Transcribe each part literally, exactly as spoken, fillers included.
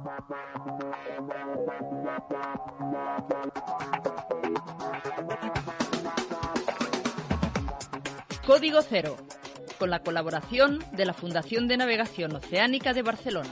Código Cero, con la colaboración de la Fundación de Navegación Oceánica de Barcelona.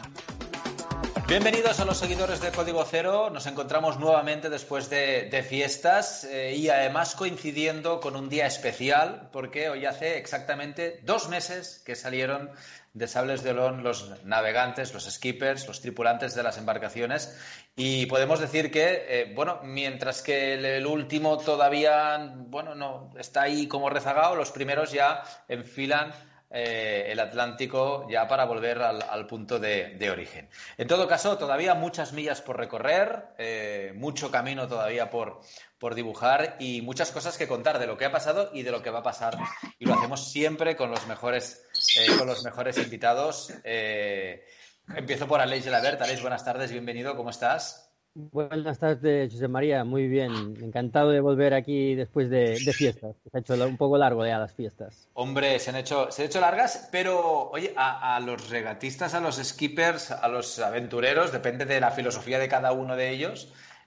Bienvenidos a los seguidores de Código Cero. Nos encontramos nuevamente después de, de fiestas eh, y además coincidiendo con un día especial, porque hoy hace exactamente dos meses que salieron de Sables de Olón los navegantes, los skippers, los tripulantes de las embarcaciones, y podemos decir que, eh, bueno, mientras que el, el último todavía, bueno, no está ahí como rezagado, los primeros ya enfilan Eh, el Atlántico ya para volver al, al punto de, de origen. En todo caso, todavía muchas millas por recorrer, eh, mucho camino todavía por, por dibujar y muchas cosas que contar de lo que ha pasado y de lo que va a pasar. Y lo hacemos siempre con los mejores, eh, con los mejores invitados. Eh, empiezo por Aleix Gelabert. Aleix, buenas tardes, bienvenido, ¿cómo estás? Buenas tardes, José María, muy bien. Encantado de volver aquí después de, de fiestas. Se ha hecho un poco largo ya las fiestas. Hombre, se han hecho, se han hecho largas, pero oye, a, a los regatistas, a los skippers, a los aventureros, depende de la filosofía de cada uno de ellos,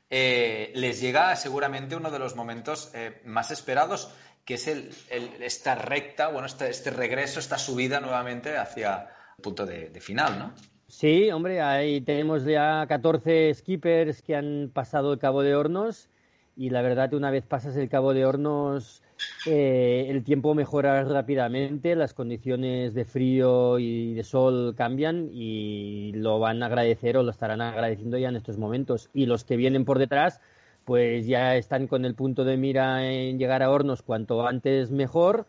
eh, les llega seguramente uno de los momentos eh, más esperados, que es el, el, esta recta, bueno, este, este regreso, esta subida nuevamente hacia el punto de, de final, ¿no? Sí, hombre, ahí tenemos ya catorce skippers que han pasado el Cabo de Hornos y la verdad que una vez pasas el Cabo de Hornos eh, el tiempo mejora rápidamente, las condiciones de frío y de sol cambian y lo van a agradecer o lo estarán agradeciendo ya en estos momentos. Y los que vienen por detrás pues ya están con el punto de mira en llegar a Hornos cuanto antes mejor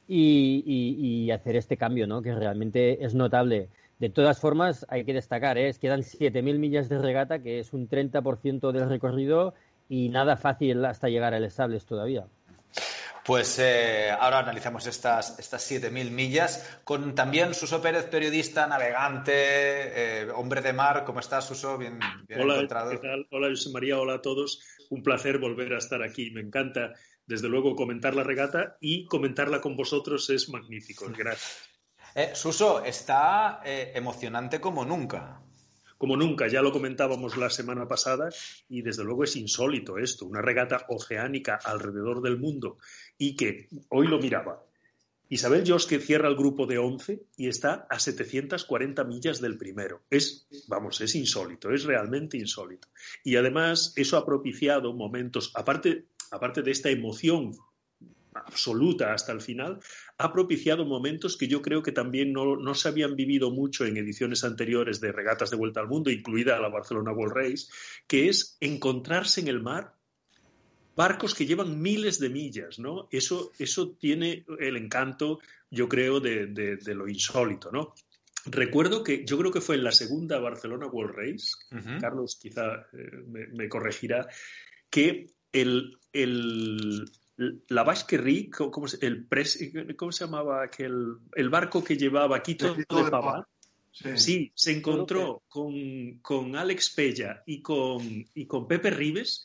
y, y, y hacer este cambio, ¿no? Que realmente es notable. De todas formas, hay que destacar, ¿eh? Quedan siete mil millas de regata, que es un treinta por ciento del recorrido y nada fácil hasta llegar a Les Sables todavía. Pues eh, ahora analizamos estas estas siete mil millas con también Suso Pérez, periodista, navegante, eh, hombre de mar. ¿Cómo estás, Suso? Bien, bien hola, encontrado. ¿Qué tal? Hola, José María, hola a todos. Un placer volver a estar aquí. Me encanta, desde luego, comentar la regata y comentarla con vosotros es magnífico. Gracias. Eh, Suso, está eh, emocionante como nunca. Como nunca, ya lo comentábamos la semana pasada y desde luego es insólito esto, una regata oceánica alrededor del mundo y que hoy lo miraba. Isabel Josch que cierra el grupo de once y está a setecientas cuarenta millas del primero. Es, vamos, es insólito, es realmente insólito. Y además eso ha propiciado momentos, aparte, aparte de esta emoción absoluta hasta el final, ha propiciado momentos que yo creo que también no, no se habían vivido mucho en ediciones anteriores de regatas de vuelta al mundo, incluida la Barcelona World Race, que es encontrarse en el mar barcos que llevan miles de millas, ¿no? Eso, eso tiene el encanto, yo creo, de, de, de lo insólito, ¿no? Recuerdo que, yo creo que fue en la segunda Barcelona World Race, uh-huh. Carlos quizá eh, me, me corregirá, que el... el La Vache Ric, ¿cómo se, el pres, ¿cómo se llamaba aquel el barco que llevaba Quito de Pavá? Sí. sí, se encontró con, con Alex Pella y con, y con Pepe Ribes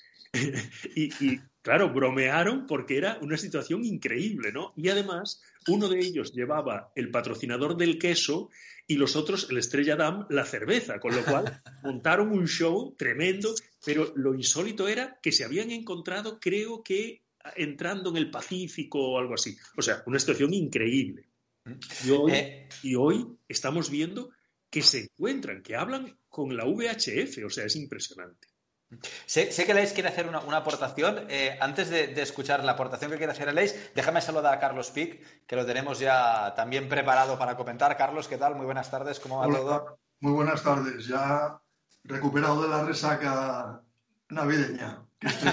y, y, claro, bromearon porque era una situación increíble, ¿no? Y además, uno de ellos llevaba el patrocinador del queso y los otros, el Estrella Damm, la cerveza, con lo cual montaron un show tremendo, pero lo insólito era que se habían encontrado, creo que entrando en el Pacífico o algo así. O sea, una situación increíble. Y hoy, eh... y hoy estamos viendo que se encuentran, que hablan con la V H F. O sea, es impresionante. Sé, sé que Aleix quiere hacer una, una aportación. Eh, antes de, de escuchar la aportación que quiere hacer Aleix, déjame saludar a Carlos Pic, que lo tenemos ya también preparado para comentar. Carlos, ¿qué tal? Muy buenas tardes. ¿Cómo va Hola, todo? Muy buenas tardes. Ya recuperado de la resaca navideña. Que estoy...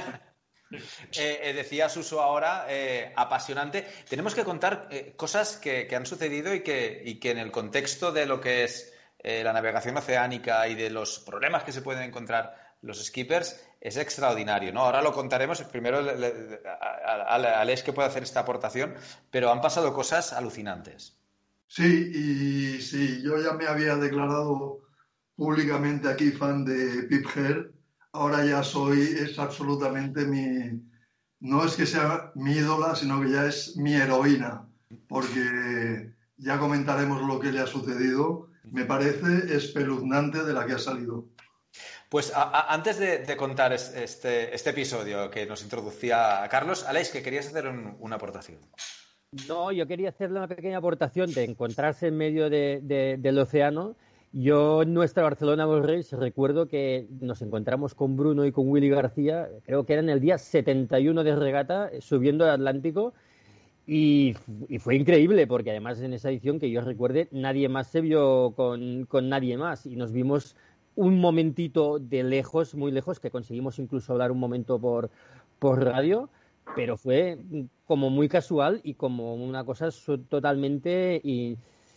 Eh, eh, decía Suso ahora, eh, apasionante. Tenemos que contar eh, cosas que, que han sucedido y que, y que en el contexto de lo que es eh, la navegación oceánica y de los problemas que se pueden encontrar los skippers es extraordinario, ¿no? Ahora lo contaremos. Primero le, le, a, a, a Aleix que puede hacer esta aportación, pero han pasado cosas alucinantes. Sí, y sí, yo ya me había declarado públicamente aquí fan de Pip Herr. Ahora ya soy, es absolutamente mi, no es que sea mi ídola, sino que ya es mi heroína, porque ya comentaremos lo que le ha sucedido. Me parece espeluznante de la que ha salido. Pues a, a, antes de, de contar este, este episodio que nos introducía a Carlos, Aleix, que querías hacer un, una aportación. No, yo quería hacerle una pequeña aportación de encontrarse en medio de, de, del océano. Yo en nuestra Barcelona World Race recuerdo que nos encontramos con Bruno y con Willy García, creo que era en el día setenta y uno de regata, subiendo el Atlántico, y, y fue increíble, porque además en esa edición que yo recuerde, nadie más se vio con, con nadie más, y nos vimos un momentito de lejos, muy lejos, que conseguimos incluso hablar un momento por, por radio, pero fue como muy casual y como una cosa totalmente y,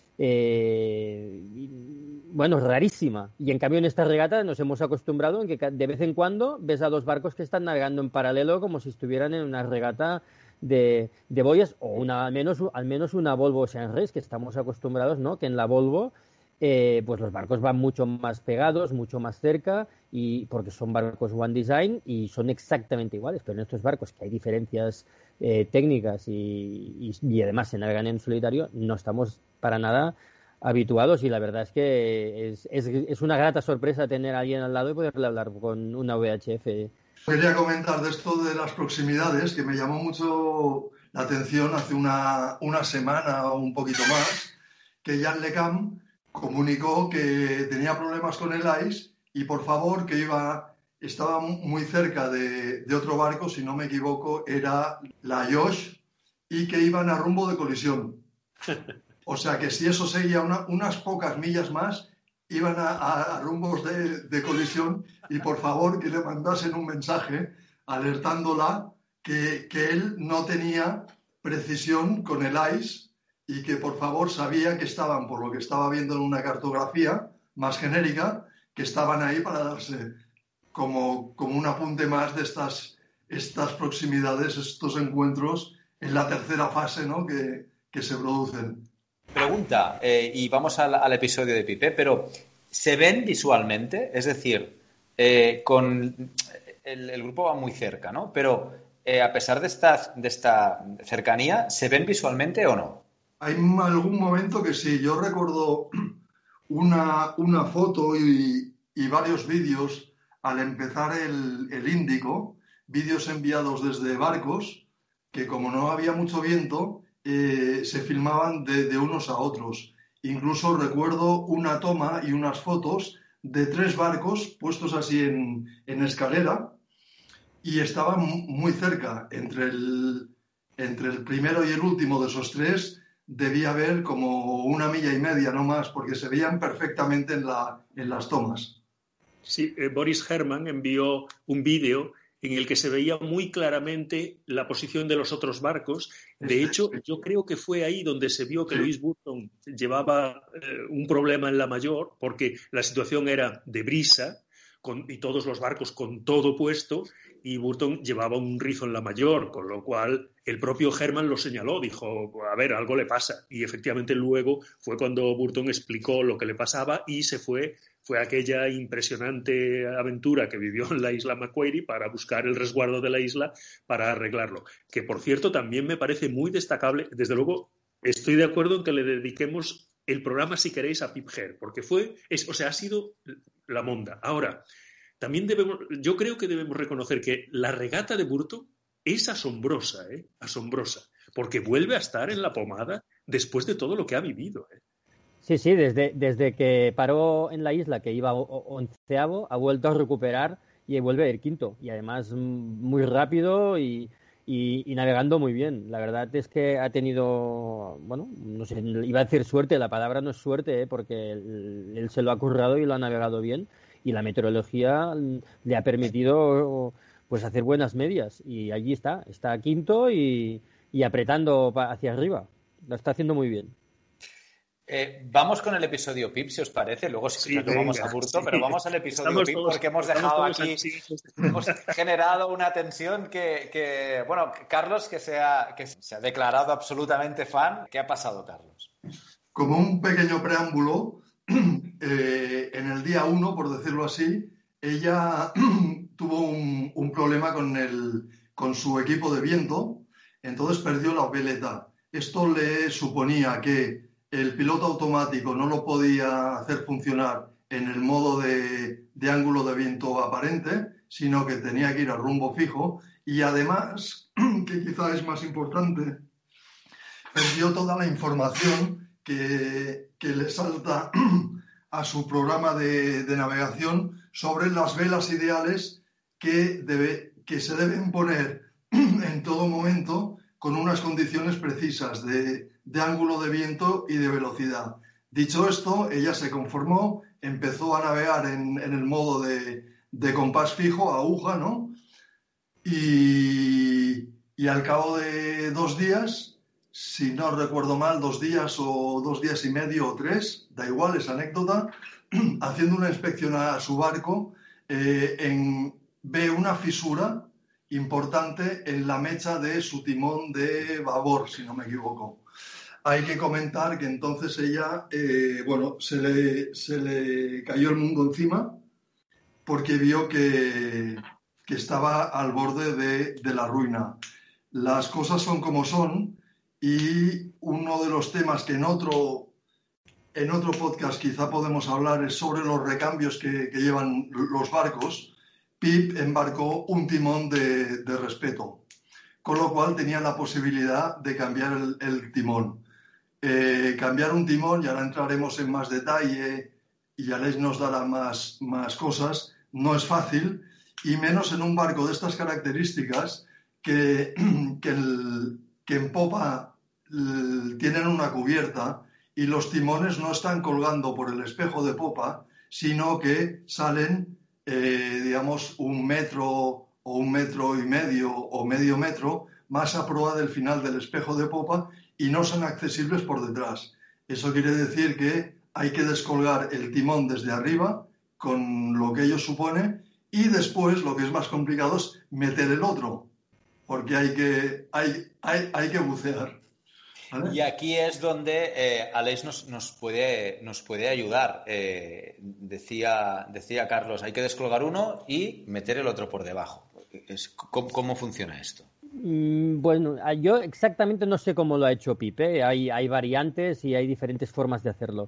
eh, y, bueno, rarísima. Y en cambio en esta regata nos hemos acostumbrado en que de vez en cuando ves a dos barcos que están navegando en paralelo como si estuvieran en una regata de, de boyas, o una, al menos al menos una Volvo Ocean Race, que estamos acostumbrados, ¿no? Que en la Volvo Eh, pues los barcos van mucho más pegados, mucho más cerca, y porque son barcos One Design y son exactamente iguales, pero en estos barcos que hay diferencias eh, técnicas y, y, y además se navegan en solitario, no estamos para nada habituados, y la verdad es que es, es, es una grata sorpresa tener a alguien al lado y poderle hablar con una V H F. Quería comentar de esto de las proximidades, que me llamó mucho la atención hace una, una semana o un poquito más, que Jan Lecam comunicó que tenía problemas con el ice y por favor que iba, estaba muy cerca de, de otro barco, si no me equivoco, era la Josh, y que iban a rumbo de colisión. O sea que si eso seguía una, unas pocas millas más, iban a, a, a rumbos de, de colisión, y por favor que le mandasen un mensaje alertándola que, que él no tenía precisión con el ice, y que por favor sabía que estaban, por lo que estaba viendo en una cartografía más genérica, que estaban ahí para darse como, como un apunte más de estas, estas proximidades, estos encuentros en la tercera fase, ¿no? que, que se producen. Pregunta, eh, y vamos al, al episodio de Pipe, pero ¿se ven visualmente? Es decir, eh, con el, el grupo va muy cerca, ¿no? Pero eh, a pesar de esta, de esta cercanía, ¿se ven visualmente o no? Hay algún momento que sí. Yo recuerdo una, una foto y, y varios vídeos al empezar el, el Índico, vídeos enviados desde barcos, que como no había mucho viento, eh, se filmaban de, de unos a otros. Incluso recuerdo una toma y unas fotos de tres barcos puestos así en, en escalera, y estaban muy cerca. Entre el, entre el primero y el último de esos tres debía haber como una milla y media, no más, porque se veían perfectamente en, la, en las tomas. Sí, eh, Boris Herman envió un vídeo en el que se veía muy claramente la posición de los otros barcos. De hecho, yo creo que fue ahí donde se vio que Louis Burton llevaba eh, un problema en la mayor, porque la situación era de brisa, con, y todos los barcos con todo puesto, y Burton llevaba un rizo en la mayor, con lo cual el propio Herman lo señaló, dijo, a ver, algo le pasa. Y efectivamente luego fue cuando Burton explicó lo que le pasaba y se fue, fue aquella impresionante aventura que vivió en la isla Macquarie para buscar el resguardo de la isla para arreglarlo. Que, por cierto, también me parece muy destacable, desde luego estoy de acuerdo en que le dediquemos el programa, si queréis, a Pip Herr, porque fue, es, o sea, ha sido la monda. Ahora, también debemos, yo creo que debemos reconocer que la regata de Burton es asombrosa, ¿eh? Asombrosa, porque vuelve a estar en la pomada después de todo lo que ha vivido, ¿eh? Sí, sí, desde, desde que paró en la isla, que iba onceavo, ha vuelto a recuperar y vuelve a ir quinto. Y además muy rápido y, y, y navegando muy bien. La verdad es que ha tenido, bueno, no sé, iba a decir suerte, la palabra no es suerte, ¿eh? Porque él, él se lo ha currado y lo ha navegado bien. Y la meteorología le ha permitido pues hacer buenas medias. Y allí está, está quinto y, y apretando hacia arriba. Lo está haciendo muy bien. Eh, vamos con el episodio Pip, si os parece. Luego sí, sí que vamos a Burto, sí. Pero vamos al episodio estamos Pip todos, porque hemos dejado aquí, así. hemos generado una tensión que, que bueno, Carlos, que se, ha, que se ha declarado absolutamente fan. ¿Qué ha pasado, Carlos? Como un pequeño preámbulo, eh, en el día uno, por decirlo así, ella tuvo un, un problema con, el, con su equipo de viento, entonces perdió la veleta. Esto le suponía que el piloto automático no lo podía hacer funcionar en el modo de, de ángulo de viento aparente, sino que tenía que ir a rumbo fijo y además, que quizá es más importante, perdió toda la información que, que le salta a su programa de, de navegación sobre las velas ideales que, debe, que se deben poner en todo momento con unas condiciones precisas de, de ángulo de viento y de velocidad. Dicho esto, ella se conformó, empezó a navegar en, en el modo de, de compás fijo, aguja, ¿no? Y, y al cabo de dos días, si no recuerdo mal, dos días o dos días y medio o tres, da igual, es anécdota, haciendo una inspección a su barco, eh, en, ve una fisura importante en la mecha de su timón de babor, si no me equivoco. Hay que comentar que entonces ella, eh, bueno, se le, se le cayó el mundo encima porque vio que, que estaba al borde de, de la ruina. Las cosas son como son y uno de los temas que en otro, en otro podcast quizá podemos hablar es sobre los recambios que, que llevan los barcos. Pip embarcó un timón de, de respeto, con lo cual tenía la posibilidad de cambiar el, el timón. Eh, cambiar un timón, y ahora entraremos en más detalle y Aleix nos dará más, más cosas, no es fácil, y menos en un barco de estas características que, que, el, que en popa el, tienen una cubierta y los timones no están colgando por el espejo de popa, sino que salen, eh, digamos, un metro o un metro y medio o medio metro más a proa del final del espejo de popa y no son accesibles por detrás. Eso quiere decir que hay que descolgar el timón desde arriba, con lo que ello supone, y después, lo que es más complicado, es meter el otro, porque hay que, hay, hay, hay que bucear. ¿Vale? Y aquí es donde eh, Aleix nos, nos, puede, nos puede ayudar. Eh, decía, decía Carlos, hay que descolgar uno y meter el otro por debajo. Es, ¿cómo, ¿Cómo funciona esto? Bueno, yo exactamente no sé cómo lo ha hecho Pip, ¿eh? hay, hay variantes y hay diferentes formas de hacerlo.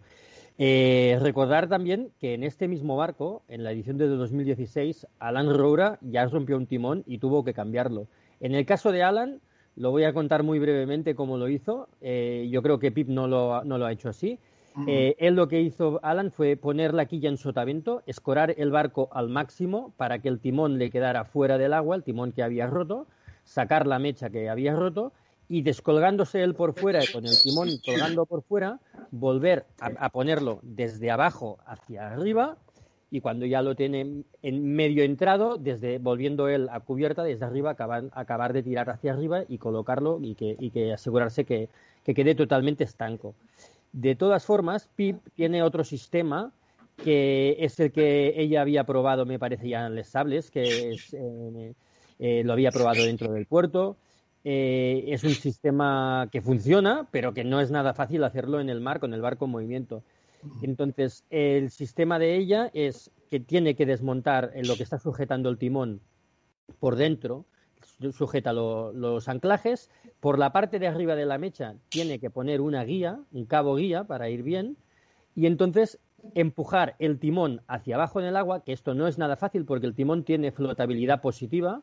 Eh, recordar también que en este mismo barco, en la edición de dos mil dieciséis, Alan Roura ya rompió un timón y tuvo que cambiarlo. En el caso de Alan, lo voy a contar muy brevemente cómo lo hizo. Eh, yo creo que Pip no lo, no lo ha hecho así. Eh, él lo que hizo, Alan, fue poner la quilla en sotavento, escorar el barco al máximo para que el timón le quedara fuera del agua, el timón que había roto, sacar la mecha que había roto y descolgándose él por fuera, con el timón colgando por fuera, volver a, a ponerlo desde abajo hacia arriba y cuando ya lo tiene en medio entrado, desde volviendo él a cubierta, desde arriba acabar, acabar de tirar hacia arriba y colocarlo y que, y que asegurarse que, que quede totalmente estanco. De todas formas, Pip tiene otro sistema que es el que ella había probado, me parece, ya en Les Sables, que es, eh, eh, lo había probado dentro del puerto. Eh, es un sistema que funciona, pero que no es nada fácil hacerlo en el mar con el barco en movimiento. Entonces, el sistema de ella es que tiene que desmontar en lo que está sujetando el timón por dentro, sujeta lo, los anclajes, por la parte de arriba de la mecha tiene que poner una guía, un cabo guía para ir bien, y entonces empujar el timón hacia abajo en el agua, que esto no es nada fácil porque el timón tiene flotabilidad positiva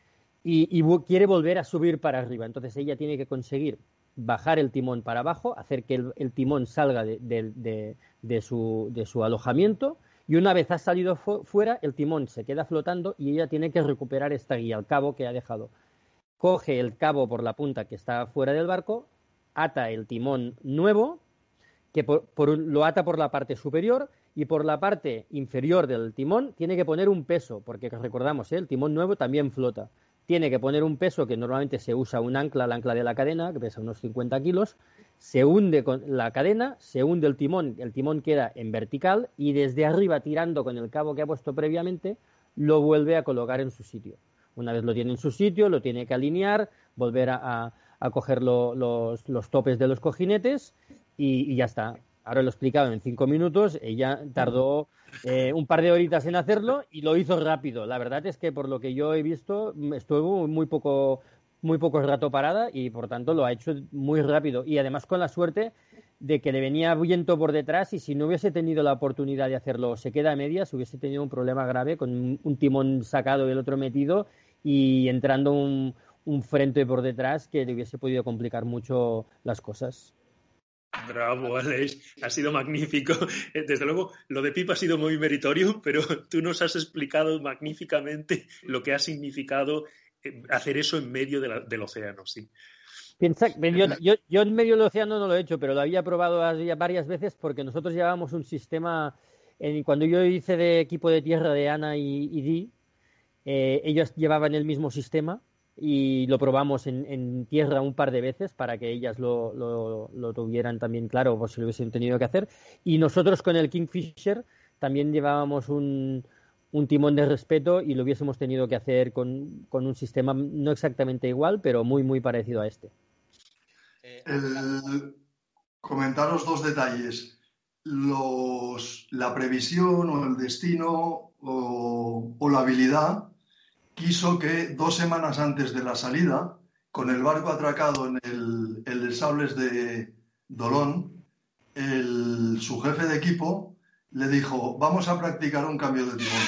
y, y quiere volver a subir para arriba. Entonces ella tiene que conseguir bajar el timón para abajo, hacer que el, el timón salga de, de, de, de, su, de su alojamiento, y una vez ha salido fu- fuera, el timón se queda flotando y ella tiene que recuperar esta guía, el cabo que ha dejado. Coge el cabo por la punta que está fuera del barco, ata el timón nuevo, que por, por un, lo ata por la parte superior, y por la parte inferior del timón tiene que poner un peso, porque recordamos, ¿eh? El timón nuevo también flota. Tiene que poner un peso que normalmente se usa un ancla, el ancla de la cadena, que pesa unos cincuenta kilos, se hunde con la cadena, se hunde el timón, el timón queda en vertical y desde arriba, tirando con el cabo que ha puesto previamente, lo vuelve a colocar en su sitio. Una vez lo tiene en su sitio, lo tiene que alinear, volver a, a, a coger lo, los, los topes de los cojinetes y, y ya está. Ahora lo he explicado en cinco minutos, ella tardó eh, un par de horitas en hacerlo y lo hizo rápido. La verdad es que por lo que yo he visto, estuvo muy poco, muy poco rato parada y por tanto lo ha hecho muy rápido. Y además con la suerte de que le venía viento por detrás y si no hubiese tenido la oportunidad de hacerlo se queda a medias, hubiese tenido un problema grave con un, un timón sacado y el otro metido y entrando un, un frente por detrás que le hubiese podido complicar mucho las cosas. Bravo, Aleix, ha sido magnífico. Desde luego, lo de Pip ha sido muy meritorio, pero tú nos has explicado magníficamente lo que ha significado hacer eso en medio de la, del océano, sí. Piensa, yo, yo, yo en medio del océano no lo he hecho, pero lo había probado varias veces porque nosotros llevábamos un sistema, en, cuando yo hice de equipo de tierra de Ana y, y Di, eh, ellos llevaban el mismo sistema y lo probamos en, en tierra un par de veces para que ellas lo, lo, lo tuvieran también claro, por si lo hubiesen tenido que hacer. Y nosotros con el Kingfisher también llevábamos un, un timón de respeto y lo hubiésemos tenido que hacer con, con un sistema no exactamente igual, pero muy, muy parecido a este. El, comentaros dos detalles. Los, la previsión o el destino o, o la habilidad quiso que dos semanas antes de la salida, con el barco atracado en el, el de Sables de Dolón, el, su jefe de equipo le dijo, vamos a practicar un cambio de timón.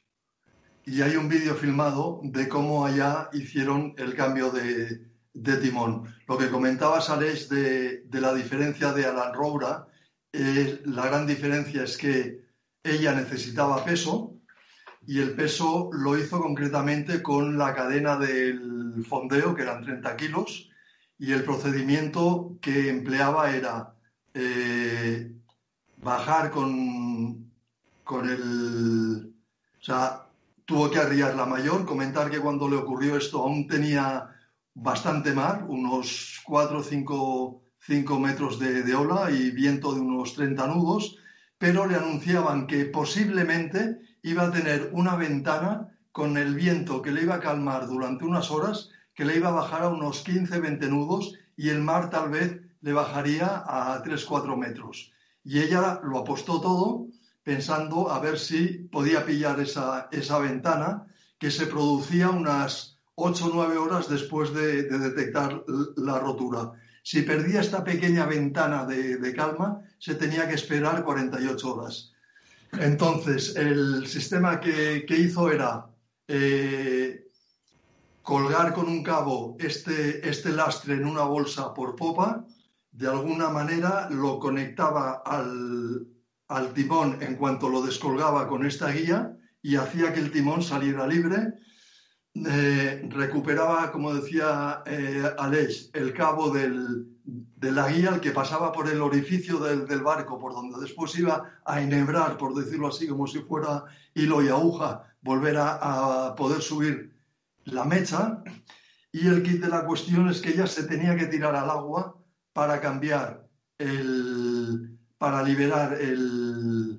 Y hay un vídeo filmado de cómo allá hicieron el cambio de, de timón. Lo que comentabas, Aleix, de, de la diferencia de Alan Roura, eh, la gran diferencia es que ella necesitaba peso, y el peso lo hizo concretamente con la cadena del fondeo, que eran treinta kilos, y el procedimiento que empleaba era eh, bajar con, con el... O sea, tuvo que arriar la mayor, comentar que cuando le ocurrió esto aún tenía bastante mar, unos cuatro o cinco metros de, de ola y viento de unos treinta nudos, pero le anunciaban que posiblemente iba a tener una ventana con el viento que le iba a calmar durante unas horas, que le iba a bajar a unos quince a veinte nudos y el mar tal vez le bajaría a tres a cuatro metros. Y ella lo apostó todo pensando a ver si podía pillar esa, esa ventana que se producía unas ocho o nueve horas después de, de detectar la rotura. Si perdía esta pequeña ventana de, de calma, se tenía que esperar cuarenta y ocho horas. Entonces, el sistema que, que hizo era eh, colgar con un cabo este, este lastre en una bolsa por popa, de alguna manera lo conectaba al, al timón en cuanto lo descolgaba con esta guía y hacía que el timón saliera libre. Eh, recuperaba, como decía eh, Aleix, el cabo del, de la guía, el que pasaba por el orificio del, del barco, por donde después iba a enhebrar, por decirlo así, como si fuera hilo y aguja, volver a, a poder subir la mecha. Y el kit de la cuestión es que ella se tenía que tirar al agua para cambiar el, para liberar el,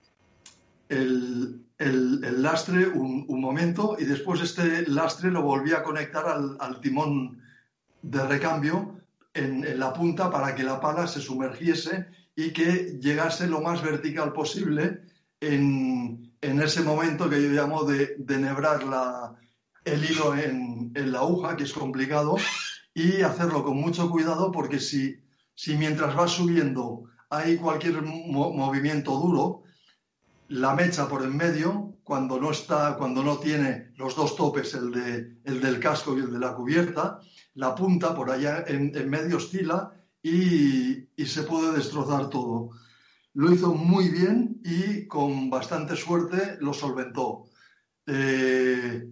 el El, el lastre un, un momento y después este lastre lo volvía a conectar al, al timón de recambio en, en la punta para que la pala se sumergiese y que llegase lo más vertical posible en, en ese momento que yo llamo de, de enhebrar la, el hilo en, en la aguja, que es complicado, y hacerlo con mucho cuidado porque si, si mientras vas subiendo hay cualquier mo- movimiento duro, la mecha por en medio, cuando no está, cuando no tiene los dos topes, el, de, el del casco y el de la cubierta, la punta por allá en, en medio oscila y, y se puede destrozar todo. Lo hizo muy bien y con bastante suerte lo solventó. Eh,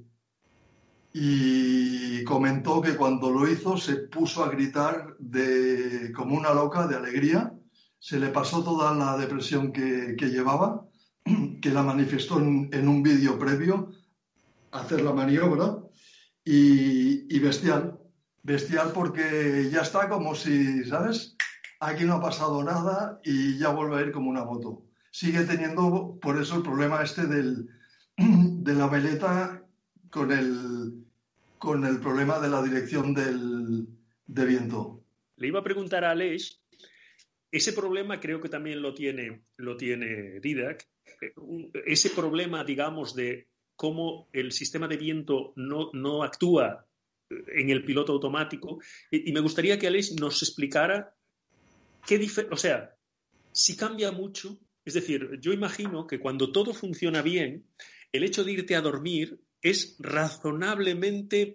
y comentó que cuando lo hizo se puso a gritar de, como una loca de alegría. Se le pasó toda la depresión que, que llevaba, que la manifestó en, en un vídeo previo a hacer la maniobra y, y bestial, bestial porque ya está como si, ¿sabes? Aquí no ha pasado nada y ya vuelve a ir como una moto. Sigue teniendo por eso el problema este del, de la veleta con el, con el problema de la dirección del, de viento. Le iba a preguntar a Aleix, ese problema creo que también lo tiene, lo tiene Didac, ese problema, digamos, de cómo el sistema de viento no, no actúa en el piloto automático. Y, y me gustaría que Aleix nos explicara ¿qué dif- o sea, si cambia mucho, es decir, yo imagino que cuando todo funciona bien, el hecho de irte a dormir es razonablemente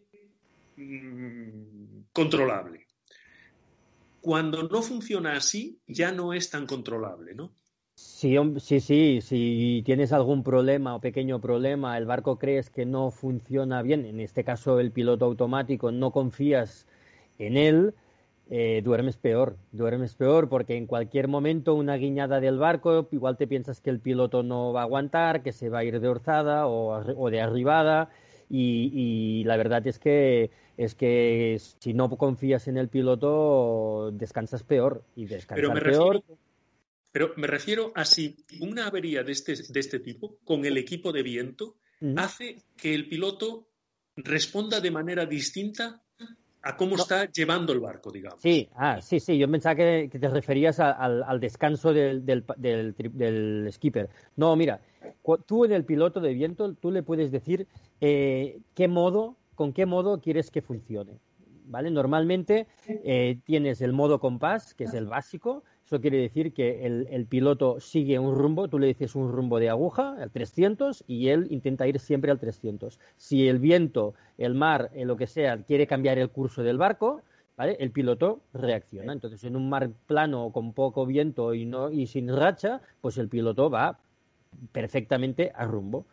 mmm, controlable. Cuando no funciona así, ya no es tan controlable, ¿no? Sí, hom- sí, sí, si tienes algún problema o pequeño problema, el barco crees que no funciona bien, en este caso el piloto automático, no confías en él, eh, duermes peor, duermes peor porque en cualquier momento una guiñada del barco, igual te piensas que el piloto no va a aguantar, que se va a ir de orzada o, arri- o de arribada y, y la verdad es que es que si no confías en el piloto descansas peor y Pero me descansar peor. refiero, pero me refiero a si una avería de este, de este tipo con el equipo de viento ¿Mm? hace que el piloto responda de manera distinta a cómo No. está llevando el barco, digamos. Sí, ah, sí, sí, yo pensaba que, que te referías a- al, al descanso del, del, del, tri- del skipper. No, mira, cu- tú en el piloto de viento, tú le puedes decir eh, qué modo, con qué modo quieres que funcione, ¿vale? Normalmente eh, tienes el modo compás, que es el básico, eso quiere decir que el, el piloto sigue un rumbo, tú le dices un rumbo de aguja, al trescientos, y él intenta ir siempre al trescientos. Si el viento, el mar, eh, lo que sea, quiere cambiar el curso del barco, ¿vale? El piloto reacciona. Entonces, en un mar plano con poco viento y, no, y sin racha, pues el piloto va perfectamente a rumbo.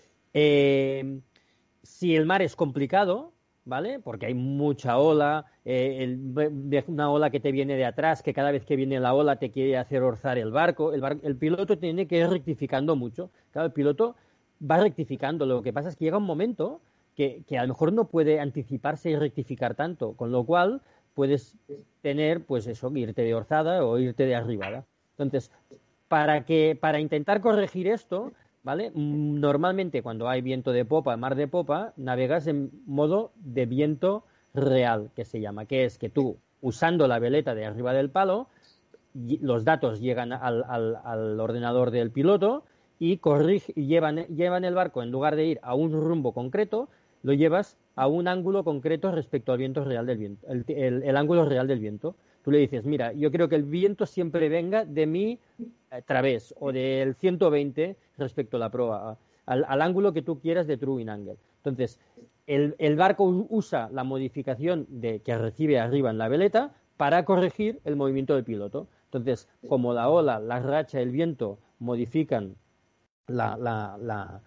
Eh, si el mar es complicado, ¿vale? Porque hay mucha ola, eh, el, una ola que te viene de atrás, que cada vez que viene la ola te quiere hacer orzar el barco, el, bar, el piloto tiene que ir rectificando mucho. Claro, el piloto va rectificando. Lo que pasa es que llega un momento que, que a lo mejor no puede anticiparse y rectificar tanto, con lo cual puedes tener, pues eso, irte de orzada o irte de arribada. Entonces, para, que, para intentar corregir esto, ¿vale? Normalmente cuando hay viento de popa, mar de popa, navegas en modo de viento real, que se llama, que es que tú, usando la veleta de arriba del palo, los datos llegan al, al, al ordenador del piloto y corrige, llevan, llevan el barco, en lugar de ir a un rumbo concreto, lo llevas a un ángulo concreto respecto al viento real del viento, el, el, el ángulo real del viento. Tú le dices, mira, yo creo que el viento siempre venga de mi eh, través o del ciento veinte respecto a la proa, al, al ángulo que tú quieras de true in angle. Entonces, el, el barco usa la modificación de, que recibe arriba en la veleta para corregir el movimiento del piloto. Entonces, como la ola, la racha, el viento modifican la, la, la,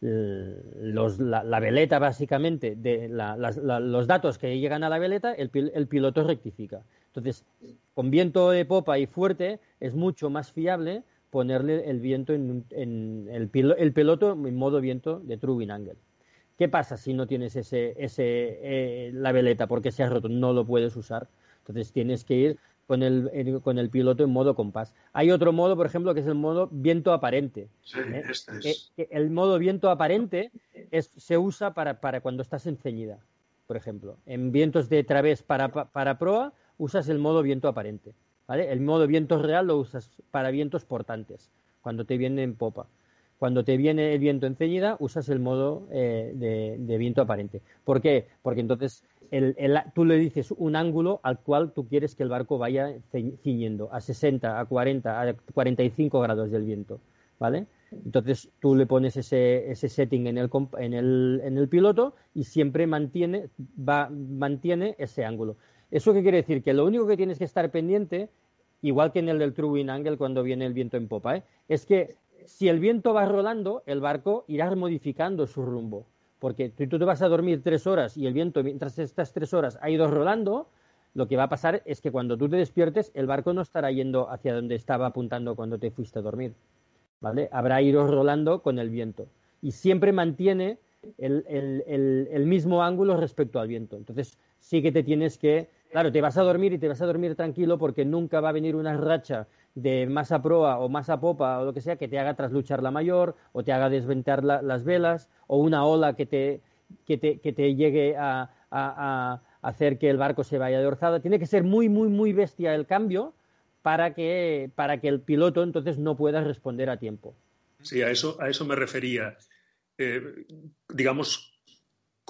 los, la, la veleta básicamente, de la, las, la, los datos que llegan a la veleta, el, el piloto rectifica. Entonces, con viento de popa y fuerte es mucho más fiable ponerle el viento en, en el, pilo, el piloto en modo viento de true wind angle. ¿Qué pasa si no tienes ese, ese eh, la veleta porque se ha roto? No lo puedes usar. Entonces tienes que ir con el, el, con el piloto en modo compás. Hay otro modo, por ejemplo, que es el modo viento aparente. Sí, ¿eh? este es. Eh, el modo viento aparente es, se usa para, para cuando estás en ceñida, por ejemplo. En vientos de través para, para proa usas el modo viento aparente, ¿vale? El modo viento real lo usas para vientos portantes, cuando te viene en popa. Cuando te viene el viento en ceñida, usas el modo eh, de, de viento aparente. ¿Por qué? Porque entonces el, el, tú le dices un ángulo al cual tú quieres que el barco vaya ciñendo, a sesenta, a cuarenta, a cuarenta y cinco grados del viento, ¿vale? Entonces tú le pones ese, ese setting en el, en, el, en el piloto y siempre mantiene, va, mantiene ese ángulo. ¿Eso qué quiere decir? Que lo único que tienes que estar pendiente, igual que en el del true wind angle cuando viene el viento en popa, ¿eh? es que si el viento va rolando, el barco irá modificando su rumbo. Porque tú, tú te vas a dormir tres horas y el viento, mientras estas tres horas ha ido rolando, lo que va a pasar es que cuando tú te despiertes, el barco no estará yendo hacia donde estaba apuntando cuando te fuiste a dormir, ¿vale? Habrá ido rolando con el viento. Y siempre mantiene el, el, el, el mismo ángulo respecto al viento. Entonces, sí que te tienes que... Claro, te vas a dormir y te vas a dormir tranquilo porque nunca va a venir una racha de más a proa o más a popa o lo que sea que te haga trasluchar la mayor o te haga desventar la, las velas o una ola que te, que te, que te llegue a, a, a hacer que el barco se vaya de orzada. Tiene que ser muy, muy, muy bestia el cambio para que, para que el piloto entonces no pueda responder a tiempo. Sí, a eso, a eso me refería. Eh, digamos, con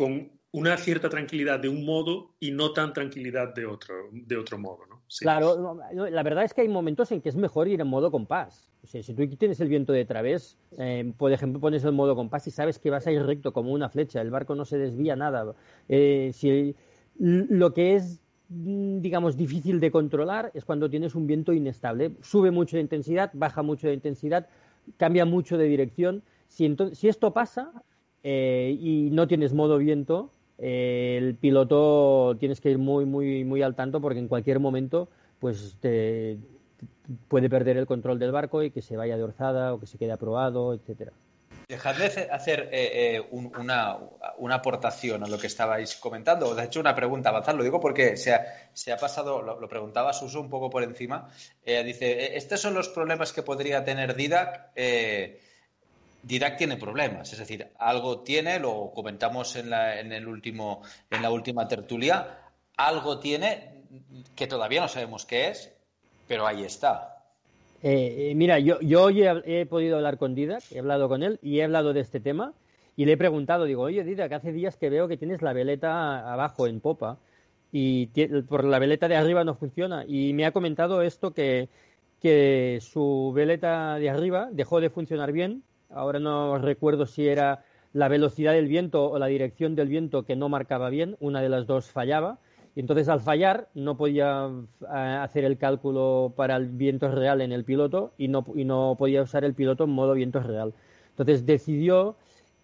una cierta tranquilidad de un modo y no tan tranquilidad de otro, de otro modo, ¿no? Sí. Claro, la verdad es que hay momentos en que es mejor ir en modo compás. O sea, si tú tienes el viento de través, eh, por ejemplo, pones el modo compás y sabes que vas a ir recto como una flecha, el barco no se desvía nada. Eh, si, lo que es, digamos, difícil de controlar es cuando tienes un viento inestable. Sube mucho de intensidad, baja mucho de intensidad, cambia mucho de dirección. Si, entonces, si esto pasa eh, y no tienes modo viento, eh, el piloto tienes que ir muy, muy, muy al tanto porque en cualquier momento pues te, te puede perder el control del barco y que se vaya de orzada o que se quede aprobado, etcétera. Dejadme hacer eh, eh, un, una, una aportación a lo que estabais comentando. Os he hecho una pregunta, avanzar. Lo digo porque se ha, se ha pasado, lo, lo preguntaba Suso un poco por encima. Eh, dice, estos son los problemas que podría tener Didac. Eh, Didac tiene problemas, es decir, algo tiene, lo comentamos en la, en el último, en la última tertulia, algo tiene que todavía no sabemos qué es, pero ahí está. Eh, eh, mira, yo, yo hoy he, he podido hablar con Didac, he hablado con él y he hablado de este tema y le he preguntado, digo, oye Didac, hace días que veo que tienes la veleta abajo en popa y por la veleta de arriba no funciona y me ha comentado esto que, que su veleta de arriba dejó de funcionar bien. Ahora no recuerdo si era la velocidad del viento o la dirección del viento que no marcaba bien, una de las dos fallaba, y entonces al fallar no podía hacer el cálculo para el viento real en el piloto y no, y no podía usar el piloto en modo viento real. Entonces decidió,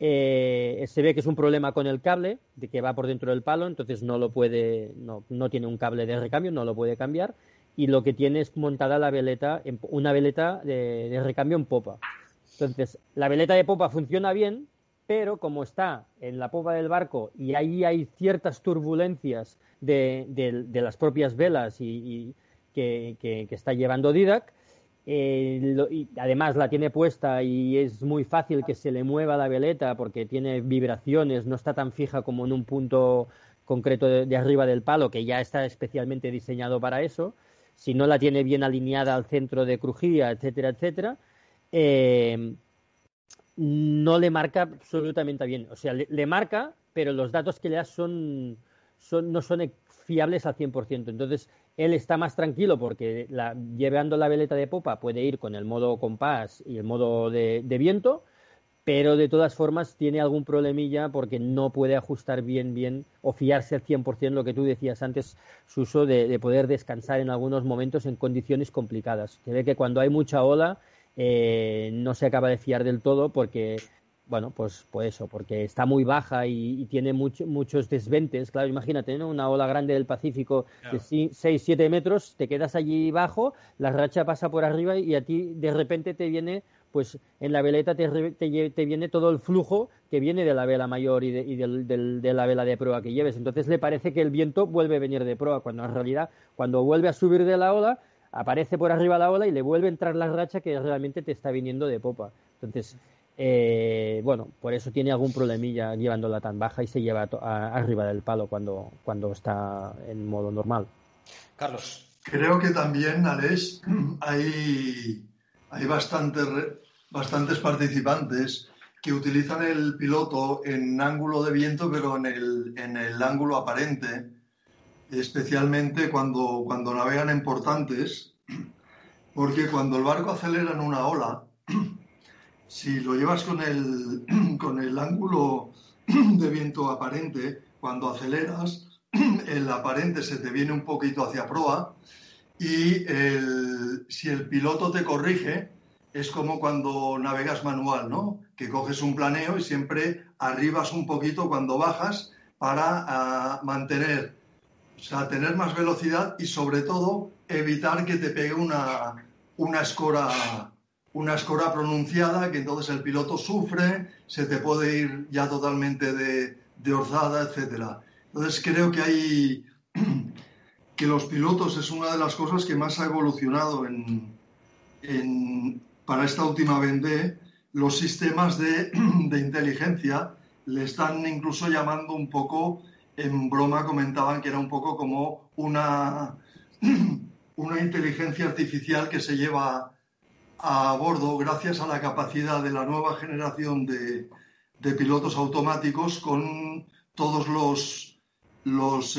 eh, se ve que es un problema con el cable, de que va por dentro del palo, entonces no lo puede, no, no tiene un cable de recambio, no lo puede cambiar, y lo que tiene es montada la veleta, una veleta de, de recambio en popa. Entonces, la veleta de popa funciona bien, pero como está en la popa del barco y ahí hay ciertas turbulencias de, de, de las propias velas y, y que, que, que está llevando Didac, eh, lo, y además la tiene puesta y es muy fácil que se le mueva la veleta porque tiene vibraciones, no está tan fija como en un punto concreto de, de arriba del palo, que ya está especialmente diseñado para eso. Si no la tiene bien alineada al centro de crujía, etcétera, etcétera, Eh, no le marca absolutamente bien. O sea, le, le marca, pero los datos que le da son, son, no son fiables al cien por ciento. Entonces, él está más tranquilo porque la, llevando la veleta de popa puede ir con el modo compás y el modo de, de viento, pero de todas formas tiene algún problemilla porque no puede ajustar bien, bien o fiarse al cien por ciento lo que tú decías antes, Suso, de, de poder descansar en algunos momentos en condiciones complicadas. Se ve que cuando hay mucha ola Eh, no se acaba de fiar del todo porque, bueno, pues, pues eso, porque está muy baja y, y tiene mucho, muchos desventes. Claro, imagínate, ¿no? Una ola grande del Pacífico de seis siete metros, te quedas allí bajo, la racha pasa por arriba y a ti de repente te viene, pues en la veleta te, te, te viene todo el flujo que viene de la vela mayor y, de, y del, del, de la vela de proa que lleves. Entonces le parece que el viento vuelve a venir de proa, cuando en realidad, cuando vuelve a subir de la ola, aparece por arriba la ola y le vuelve a entrar la racha que realmente te está viniendo de popa. Entonces, eh, bueno, por eso tiene algún problemilla llevándola tan baja y se lleva a, a, arriba del palo cuando, cuando está en modo normal. Carlos. Creo que también, Alex, hay, hay bastantes, bastantes participantes que utilizan el piloto en ángulo de viento, pero en el, en el ángulo aparente, especialmente cuando, cuando navegan en portantes, porque cuando el barco acelera en una ola, si lo llevas con el, con el ángulo de viento aparente, cuando aceleras, el aparente se te viene un poquito hacia proa y el, si el piloto te corrige, es como cuando navegas manual, ¿no? Que coges un planeo y siempre arribas un poquito cuando bajas para uh, mantener, o sea, tener más velocidad y sobre todo evitar que te pegue una, una escora, una escora pronunciada, que entonces el piloto sufre, se te puede ir ya totalmente de, de orzada, etcétera. Entonces creo que hay que los pilotos es una de las cosas que más ha evolucionado en, en, para esta última Vendée. Los sistemas de, de inteligencia le están incluso llamando un poco, en broma comentaban que era un poco como una, una inteligencia artificial que se lleva a bordo gracias a la capacidad de la nueva generación de, de pilotos automáticos con, todos los, los,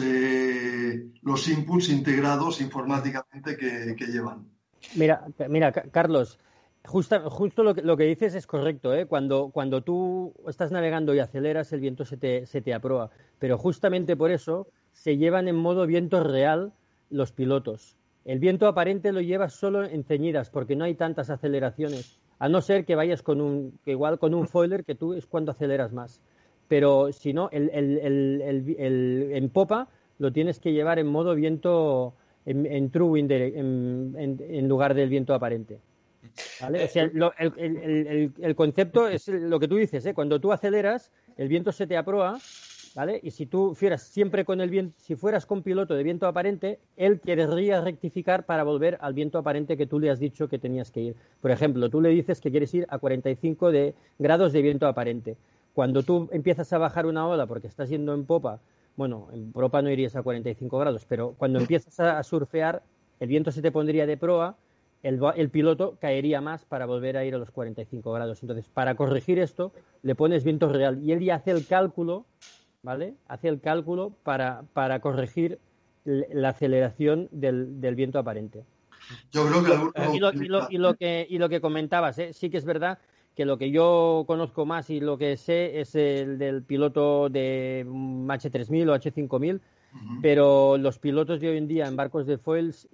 eh, los inputs integrados informáticamente que, que llevan. Mira, mira, Carlos, justa, justo lo que, lo que dices es correcto, ¿eh? Cuando, cuando tú estás navegando y aceleras, el viento se te, se te aproa. Pero justamente por eso se llevan en modo viento real los pilotos. El viento aparente lo llevas solo en ceñidas, porque no hay tantas aceleraciones. A no ser que vayas con un, que igual con un foiler, que tú es cuando aceleras más. Pero si no, el, el, el, el, el, en popa lo tienes que llevar en modo viento, en, en true wind, en, en, en lugar del viento aparente. ¿Vale? O sea, lo, el, el, el, el concepto es lo que tú dices, ¿eh? Cuando tú aceleras, el viento se te aproa, ¿vale? Y si tú fueras siempre con el viento, si fueras con piloto de viento aparente, él querría rectificar para volver al viento aparente que tú le has dicho que tenías que ir. Por ejemplo, tú le dices que quieres ir a cuarenta y cinco de, grados de viento aparente. Cuando tú empiezas a bajar una ola porque estás yendo en popa, bueno, en proa no irías a cuarenta y cinco grados, pero cuando empiezas a surfear, el viento se te pondría de proa, el, el piloto caería más para volver a ir a los cuarenta y cinco grados. Entonces, para corregir esto, le pones viento real y él ya hace el cálculo, ¿vale? Hace el cálculo para, para corregir la aceleración del, del viento aparente. Yo creo que... Y lo, y lo, y lo, que, y lo que comentabas, ¿eh? Sí que es verdad que lo que yo conozco más y lo que sé es el del piloto de H tres mil o H cinco mil, uh-huh. Pero los pilotos de hoy en día en barcos de foils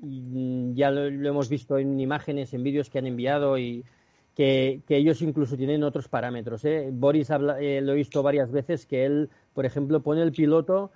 ya lo, lo hemos visto en imágenes, en vídeos que han enviado y que, que ellos incluso tienen otros parámetros, ¿eh? Boris habla, eh, lo he visto varias veces que él, por ejemplo, pone el piloto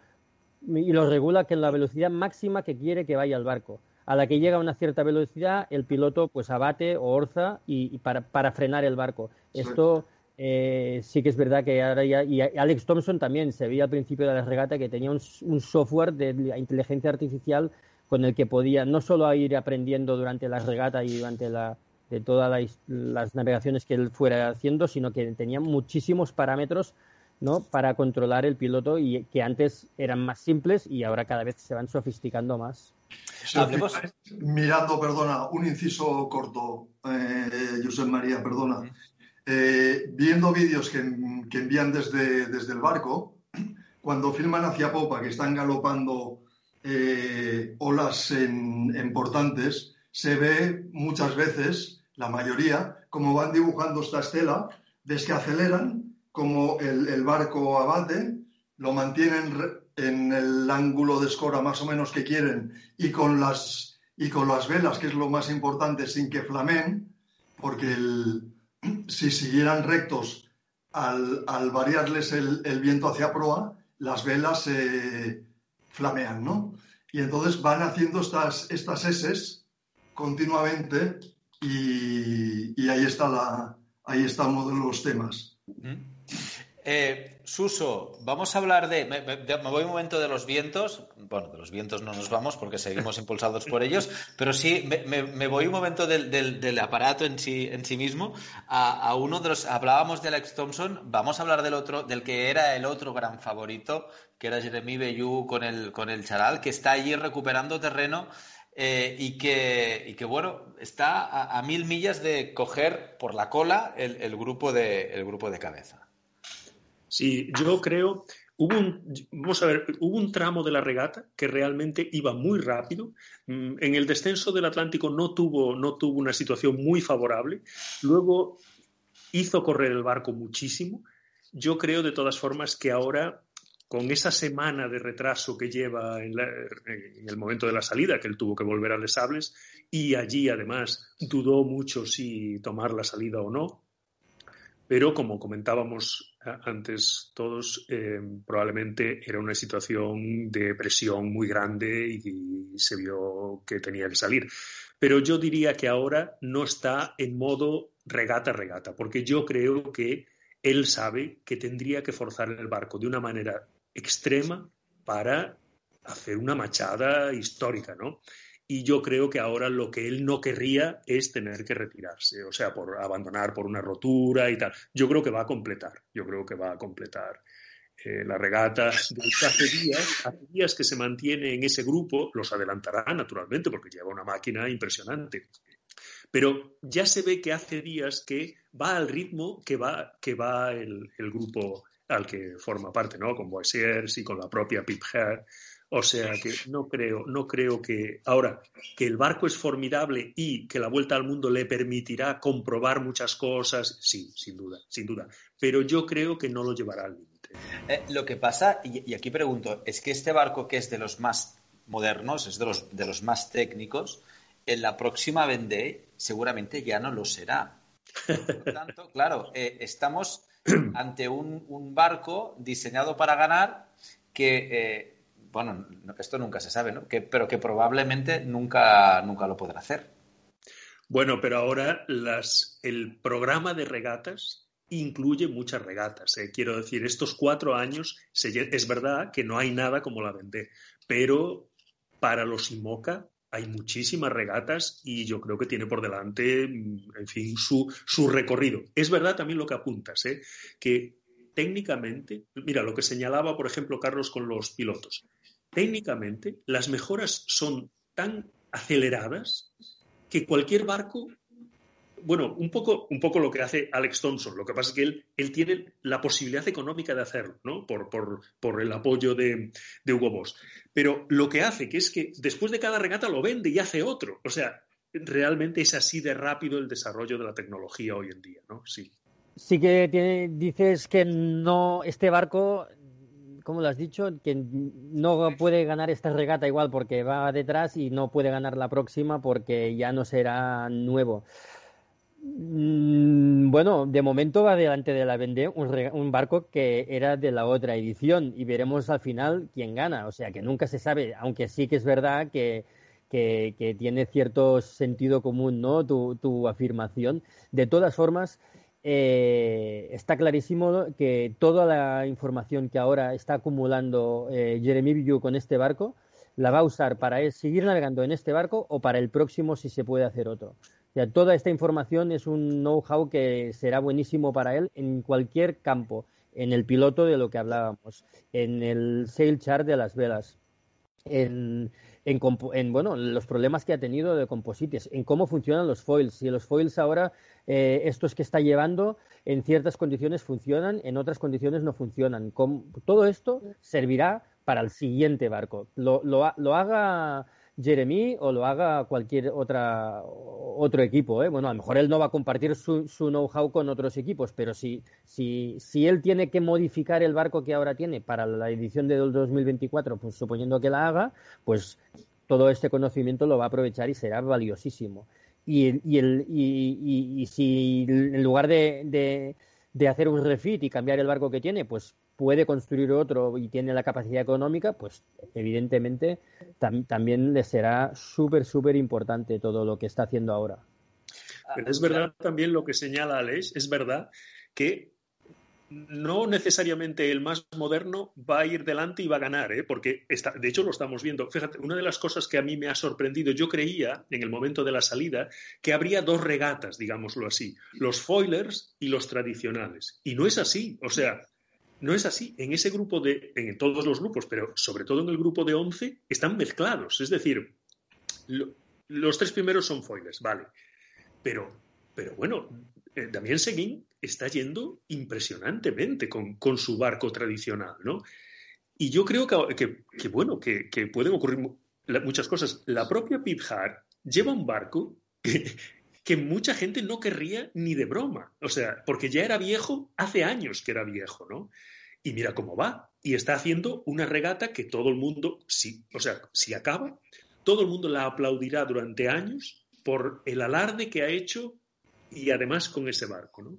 y lo regula que en la velocidad máxima que quiere que vaya el barco. A la que llega a una cierta velocidad, el piloto pues abate o orza y, y para, para frenar el barco. Sí. Esto eh, sí que es verdad que ahora ya... Y Alex Thompson también se veía al principio de la regata que tenía un, un software de inteligencia artificial con el que podía no solo ir aprendiendo durante la regata y durante la, de todas las, las navegaciones que él fuera haciendo, sino que tenía muchísimos parámetros, ¿no?, para controlar el piloto y que antes eran más simples y ahora cada vez se van sofisticando más. Sí, mirando, perdona, un inciso corto, eh, Josep María, perdona. Eh, viendo vídeos que, que envían desde, desde el barco, cuando filman hacia popa, que están galopando eh, olas en, importantes, se ve muchas veces, la mayoría, como van dibujando esta estela, ves que aceleran, como el, el barco abate, lo mantienen en el ángulo de escora más o menos que quieren y con las, y con las velas, que es lo más importante, sin que flameen, porque el, si siguieran rectos al, al variarles el, el viento hacia proa, las velas eh, flamean, ¿no? Y entonces van haciendo estas, estas eses continuamente y, y ahí está la, ahí está uno de los temas. ¿Mm? Eh, Suso, vamos a hablar de me, me, me voy un momento de los vientos. Bueno, de los vientos no nos vamos porque seguimos impulsados por ellos, pero sí me, me, me voy un momento del, del, del aparato en sí, en sí mismo a, a uno de los... Hablábamos de Alex Thompson, vamos a hablar del otro, del que era el otro gran favorito, que era Jeremy Bellew con el, con el Charal, que está allí recuperando terreno eh, y, que, y que, bueno, está a, a mil millas de coger por la cola el, el, grupo, de, el grupo de cabeza. Sí, yo creo, hubo un, vamos a ver, hubo un tramo de la regata que realmente iba muy rápido. En el descenso del Atlántico no tuvo, no tuvo una situación muy favorable. Luego hizo correr el barco muchísimo. Yo creo, de todas formas, que ahora, con esa semana de retraso que lleva en, la, en el momento de la salida, que él tuvo que volver a Les Sables, y allí, además, dudó mucho si tomar la salida o no. Pero, como comentábamos antes todos, eh, probablemente era una situación de presión muy grande y, y se vio que tenía que salir. Pero yo diría que ahora no está en modo regata-regata, porque yo creo que él sabe que tendría que forzar el barco de una manera extrema para hacer una machada histórica, ¿no? Y yo creo que ahora lo que él no querría es tener que retirarse, o sea, por abandonar por una rotura y tal. Yo creo que va a completar, yo creo que va a completar eh, la regata. De hace días, hace días que se mantiene en ese grupo, los adelantará naturalmente porque lleva una máquina impresionante. pero ya se ve que hace días que va al ritmo que va, que va el, el grupo al que forma parte, ¿no? Con Boissiers y con la propia Pip Heard. O sea que no creo, no creo que ahora que el barco es formidable y que la vuelta al mundo le permitirá comprobar muchas cosas, sí, sin duda, sin duda. Pero yo creo que no lo llevará al límite. Eh, lo que pasa, y, y aquí pregunto, es que este barco que es de los más modernos, es de los, de los más técnicos, en la próxima Vendée seguramente ya no lo será. Por lo tanto, claro, eh, estamos ante un, un barco diseñado para ganar que... Eh, bueno, esto nunca se sabe, ¿no? Que, pero que probablemente nunca, nunca lo podrá hacer. Bueno, pero ahora las, el programa de regatas incluye muchas regatas. ¿eh? Quiero decir, estos cuatro años, se, es verdad que no hay nada como la Vendée, pero para los IMOCA hay muchísimas regatas y yo creo que tiene por delante, en fin, su, su recorrido. Es verdad también lo que apuntas, ¿eh? que técnicamente, mira, lo que señalaba, por ejemplo, Carlos con los pilotos. Técnicamente, las mejoras son tan aceleradas que cualquier barco, bueno, un poco, un poco lo que hace Alex Thompson, lo que pasa es que él, él tiene la posibilidad económica de hacerlo, ¿no? Por, por, por el apoyo de, de Hugo Boss. Pero lo que hace que es que después de cada regata lo vende y hace otro. O sea, realmente es así de rápido el desarrollo de la tecnología hoy en día, ¿no? Sí. Sí que tiene, dices que no, este barco... ¿Cómo lo has dicho? Que no puede ganar esta regata igual porque va detrás y no puede ganar la próxima porque ya no será nuevo. Bueno, de momento va delante de la Vendée un, un barco que era de la otra edición y veremos al final quién gana. O sea que nunca se sabe, aunque sí que es verdad que, que, que tiene cierto sentido común, ¿no? Tu, tu afirmación. De todas formas... Eh, está clarísimo que toda la información que ahora está acumulando eh, Jeremy Vieux con este barco la va a usar para él seguir navegando en este barco o para el próximo si se puede hacer otro. O sea, toda esta información es un know-how que será buenísimo para él en cualquier campo, en el piloto de lo que hablábamos, en el sail chart de las velas, en... En, en bueno, los problemas que ha tenido de composites, en cómo funcionan los foils. Si los foils ahora, eh, estos que está llevando, en ciertas condiciones funcionan, en otras condiciones no funcionan. Con, todo esto servirá para el siguiente barco. Lo, lo, lo haga Jeremy o lo haga cualquier otra, otro equipo. ¿eh? Bueno, a lo mejor él no va a compartir su, su know-how con otros equipos, pero si, si, si él tiene que modificar el barco que ahora tiene para la edición de dos mil veinticuatro, pues suponiendo que la haga, pues todo este conocimiento lo va a aprovechar y será valiosísimo. Y, y, el, y, y, y si en lugar de, de, de hacer un refit y cambiar el barco que tiene, pues puede construir otro y tiene la capacidad económica, pues evidentemente tam, también le será súper, súper importante todo lo que está haciendo ahora. Pero es verdad también lo que señala Aleix, es verdad que no necesariamente el más moderno va a ir delante y va a ganar, ¿eh? Porque está, de hecho lo estamos viendo. Fíjate, una de las cosas que a mí me ha sorprendido, yo creía en el momento de la salida que habría dos regatas, digámoslo así, los foilers y los tradicionales. Y no es así, o sea, no es así. En ese grupo de, en todos los grupos, pero sobre todo en el grupo de once, están mezclados. Es decir, lo, los tres primeros son foilers, vale. Pero, pero bueno, eh, Damien Seguin está yendo impresionantemente con, con su barco tradicional, ¿no? Y yo creo que, que, que bueno, que, que pueden ocurrir muchas cosas. La propia Pip Heard lleva un barco que, que mucha gente no querría ni de broma. O sea, porque ya era viejo, hace años que era viejo, ¿no? Y mira cómo va. Y está haciendo una regata que todo el mundo, sí, o sea, si acaba, todo el mundo la aplaudirá durante años por el alarde que ha hecho y además con ese barco, ¿no?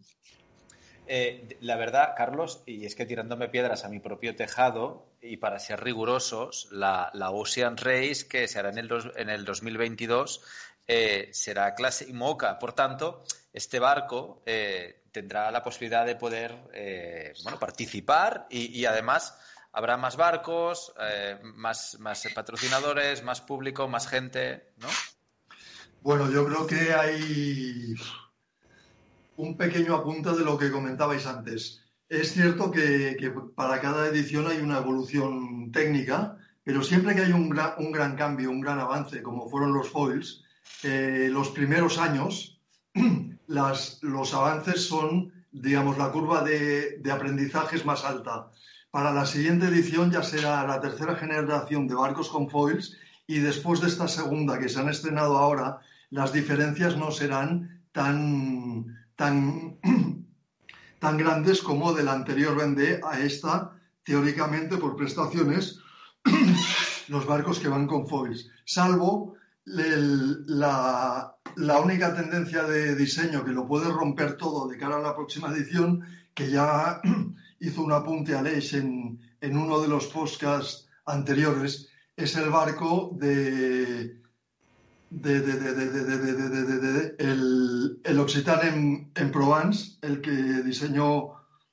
Eh, la verdad, Carlos, y es que tirándome piedras a mi propio tejado, y para ser rigurosos, la, la Ocean Race, que se hará en el, dos, en el dos mil veintidós, eh, será clase IMOCA. Por tanto, este barco eh, tendrá la posibilidad de poder eh, bueno, participar y, y además habrá más barcos, eh, más, más patrocinadores, más público, más gente, ¿no? Bueno, yo creo que hay un pequeño apunte de lo que comentabais antes. Es cierto que, que para cada edición hay una evolución técnica, pero siempre que hay un gran, un gran cambio, un gran avance, como fueron los foils, eh, los primeros años, las, los avances son, digamos, la curva de, de aprendizaje es más alta. Para la siguiente edición ya será la tercera generación de barcos con foils y después de esta segunda que se han estrenado ahora, las diferencias no serán tan, tan, tan grandes como de la anterior Vendée a esta, teóricamente por prestaciones, los barcos que van con foils. Salvo el, la, la única tendencia de diseño que lo puede romper todo de cara a la próxima edición, que ya hizo un apunte a Aleix en, en uno de los podcasts anteriores, es el barco de, de, de, de, de, de, de, de, de, de, de el, el Occitan en, en Provence, el que diseñó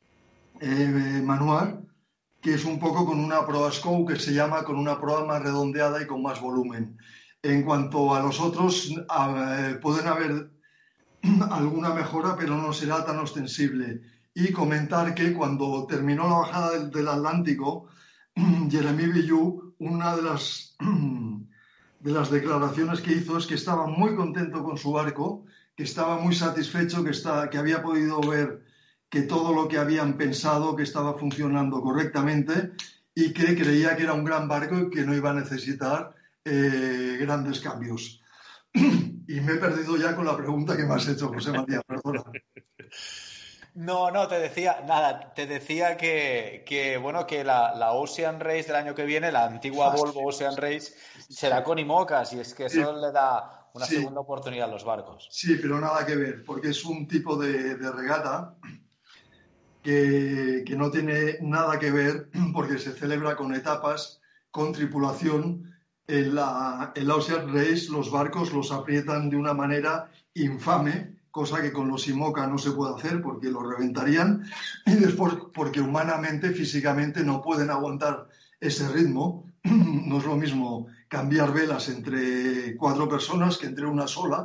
eh, Manuar, que es un poco con una proa scope que se llama con una proa más redondeada y con más volumen. En cuanto a los otros, a, pueden haber alguna mejora, pero no será tan ostensible. Y comentar que cuando terminó la bajada del, del Atlántico, Jeremy Villou, una de las, de las declaraciones que hizo es que estaba muy contento con su barco, que estaba muy satisfecho, que, está, que había podido ver que todo lo que habían pensado que estaba funcionando correctamente y que creía que era un gran barco y que no iba a necesitar eh, grandes cambios. Y me he perdido ya con la pregunta que me has hecho, José María, perdona. No, no, te decía, nada, te decía que, que bueno, que la, la Ocean Race del año que viene, la antigua ah, Volvo sí, Ocean Race, sí, será con IMOCAS y es que eso sí, le da una sí, segunda oportunidad a los barcos. Sí, pero nada que ver, porque es un tipo de, de regata que, que no tiene nada que ver porque se celebra con etapas, con tripulación. En la, en la Ocean Race los barcos los aprietan de una manera infame, cosa que con los IMOCA no se puede hacer porque los reventarían, y después porque humanamente, físicamente no pueden aguantar ese ritmo. No es lo mismo cambiar velas entre cuatro personas que entre una sola,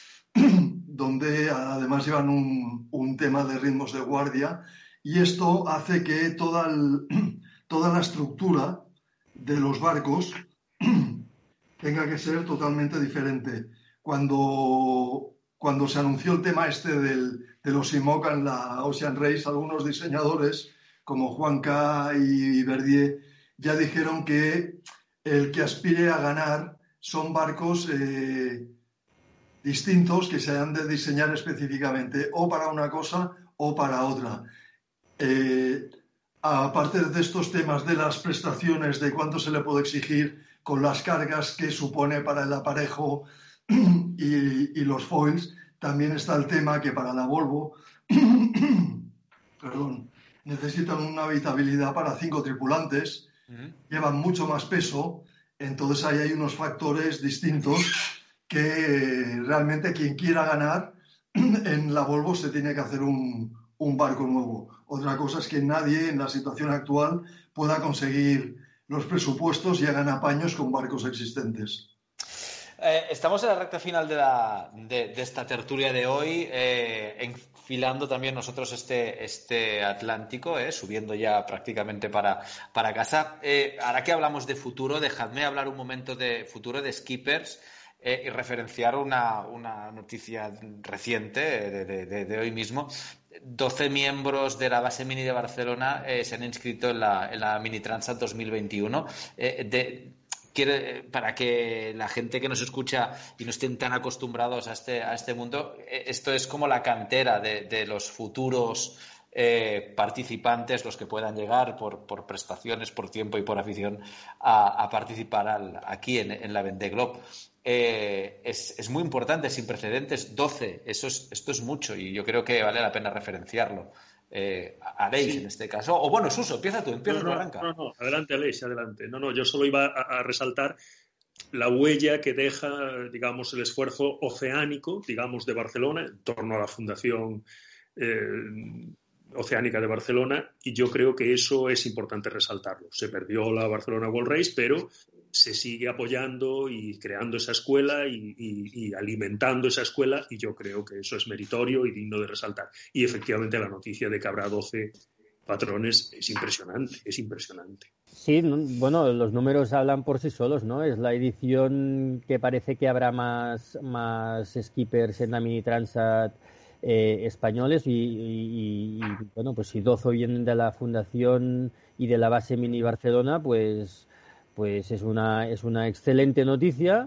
donde además llevan un, un tema de ritmos de guardia, y esto hace que toda, el, toda la estructura de los barcos tenga que ser totalmente diferente. Cuando... Cuando se anunció el tema este del, de los IMOCA en la Ocean Race, algunos diseñadores, como Juan K. y Verdier, ya dijeron que el que aspire a ganar son barcos eh, distintos que se han de diseñar específicamente, o para una cosa o para otra. Eh, aparte de estos temas de las prestaciones, de cuánto se le puede exigir con las cargas que supone para el aparejo, Y, y los foils, también está el tema que para la Volvo perdón, necesitan una habitabilidad para cinco tripulantes, uh-huh. Llevan mucho más peso, entonces ahí hay unos factores distintos que realmente quien quiera ganar en la Volvo se tiene que hacer un, un barco nuevo. Otra cosa es que nadie en la situación actual pueda conseguir los presupuestos y hagan apaños con barcos existentes. Eh, estamos en la recta final de, la, de, de esta tertulia de hoy, eh, enfilando también nosotros este, este Atlántico, eh, subiendo ya prácticamente para, para casa. Eh, ahora que hablamos de futuro, dejadme hablar un momento de futuro de Skippers eh, y referenciar una, una noticia reciente de, de, de, de hoy mismo. doce miembros de la base Mini de Barcelona eh, se han inscrito en la, en la Mini Transat dos mil veintiuno. Eh, de, Quiere, para que la gente que nos escucha y no estén tan acostumbrados a este, a este mundo, esto es como la cantera de, de los futuros eh, participantes, los que puedan llegar por, por prestaciones, por tiempo y por afición a, a participar al, aquí en, en la Vendée Globe. Eh, es, es muy importante, sin precedentes, doce, eso es, esto es mucho y yo creo que vale la pena referenciarlo. Eh, Aleix, sí. En este caso. O bueno, Suso, empieza tú, empieza no, tu no, arranca. No, no, adelante, Aleix, adelante. No, no, yo solo iba a, a resaltar la huella que deja, digamos, el esfuerzo oceánico, digamos, de Barcelona en torno a la Fundación eh, Oceánica de Barcelona, y yo creo que eso es importante resaltarlo. Se perdió la Barcelona World Race, pero se sigue apoyando y creando esa escuela y, y, y alimentando esa escuela, y yo creo que eso es meritorio y digno de resaltar. Y efectivamente la noticia de que habrá doce patrones es impresionante, es impresionante. Sí, bueno, los números hablan por sí solos, ¿no? Es la edición que parece que habrá más, más skippers en la Mini Transat eh, españoles y, y, y, bueno, pues si doce vienen de la fundación y de la base Mini Barcelona, pues, pues es una, es una excelente noticia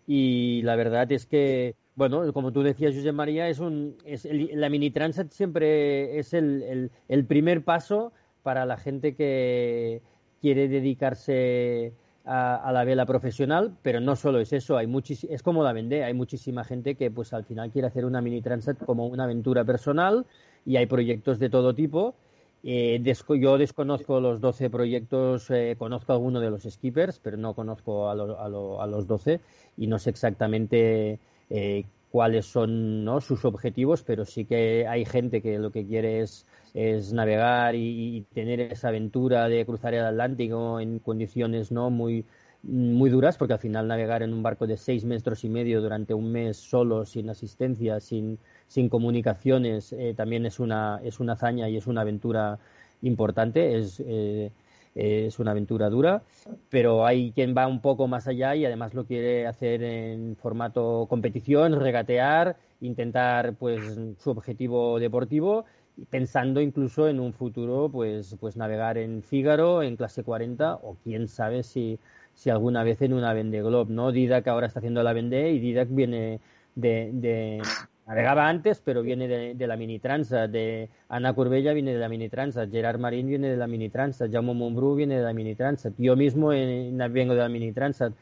y la verdad es que, bueno, como tú decías, Josep María, es un, es el, la Mini Transat siempre es el, el, el primer paso para la gente que quiere dedicarse a, a la vela profesional, pero no solo es eso, hay muchis, es como la Vendée, hay muchísima gente que pues al final quiere hacer una Mini Transat como una aventura personal y hay proyectos de todo tipo. Eh, desco, yo desconozco los doce proyectos, eh, conozco alguno de los skippers, pero no conozco a, lo, a, lo, a los doce y no sé exactamente eh, cuáles son, ¿no?, sus objetivos, pero sí que hay gente que lo que quiere es es navegar y, y tener esa aventura de cruzar el Atlántico en condiciones no muy muy duras, porque al final navegar en un barco de seis metros y medio durante un mes solo, sin asistencia, sin, sin comunicaciones, eh, también es una, es una hazaña y es una aventura importante, es, eh, es una aventura dura, pero hay quien va un poco más allá y además lo quiere hacer en formato competición, regatear, intentar pues su objetivo deportivo, pensando incluso en un futuro pues, pues navegar en Fígaro, en clase cuarenta o quién sabe si, si alguna vez en una Vendée Globe, ¿no? Didac ahora está haciendo la Vendée y Didac viene de, de navegaba antes, pero viene de, de la Mini Transat, de Ana Corbella viene de la Mini Transat, Gerard Marín viene de la Mini Transat, Jaume Montbrú viene de la Mini Transat, yo mismo en, vengo de la Mini Transat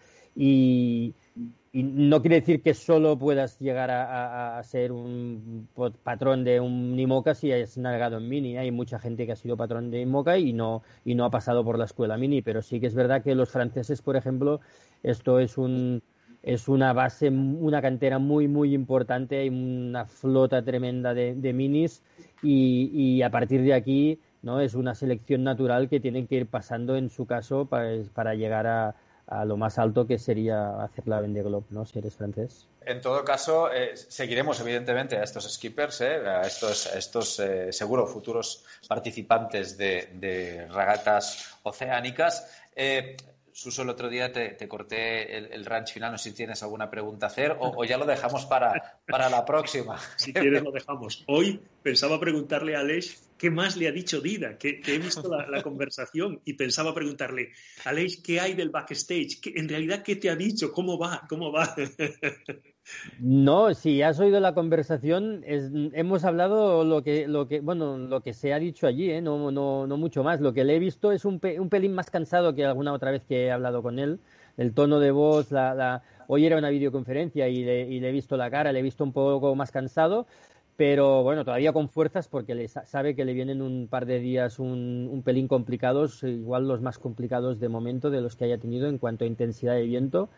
y Y no quiere decir que solo puedas llegar a, a, a ser un patrón de un IMOCA si has navegado en Mini. Hay mucha gente que ha sido patrón de IMOCA y no, y no ha pasado por la escuela Mini, pero sí que es verdad que los franceses, por ejemplo, esto es un es una base, una cantera muy, muy importante, hay una flota tremenda de, de minis y, y a partir de aquí, ¿no?, es una selección natural que tienen que ir pasando en su caso para, para llegar a a lo más alto que sería hacer la Vendée Globe, ¿no?, si eres francés. En todo caso, eh, seguiremos evidentemente a estos skippers, eh, a estos, a estos eh, seguro futuros participantes de, de regatas oceánicas. Eh, Suso, el otro día te, te corté el, el ranch final, no sé si tienes alguna pregunta a hacer o, o ya lo dejamos para, para la próxima. Si quieres lo dejamos. Hoy pensaba preguntarle a Aleix qué más le ha dicho Dida, que, que he visto la, la conversación y pensaba preguntarle, Aleix, ¿qué hay del backstage? ¿Qué, en realidad, ¿qué te ha dicho? ¿Cómo va? ¿Cómo va? No, si has oído la conversación, es, hemos hablado lo que, lo que, bueno, lo que se ha dicho allí, ¿eh? no, no, no mucho más. Lo que le he visto es un, pe, un pelín más cansado que alguna otra vez que he hablado con él. El tono de voz, la, la... hoy era una videoconferencia y le, y le he visto la cara, le he visto un poco más cansado, pero bueno, todavía con fuerzas porque le sabe que le vienen un par de días un, un pelín complicados, igual los más complicados de momento de los que haya tenido en cuanto a intensidad de viento.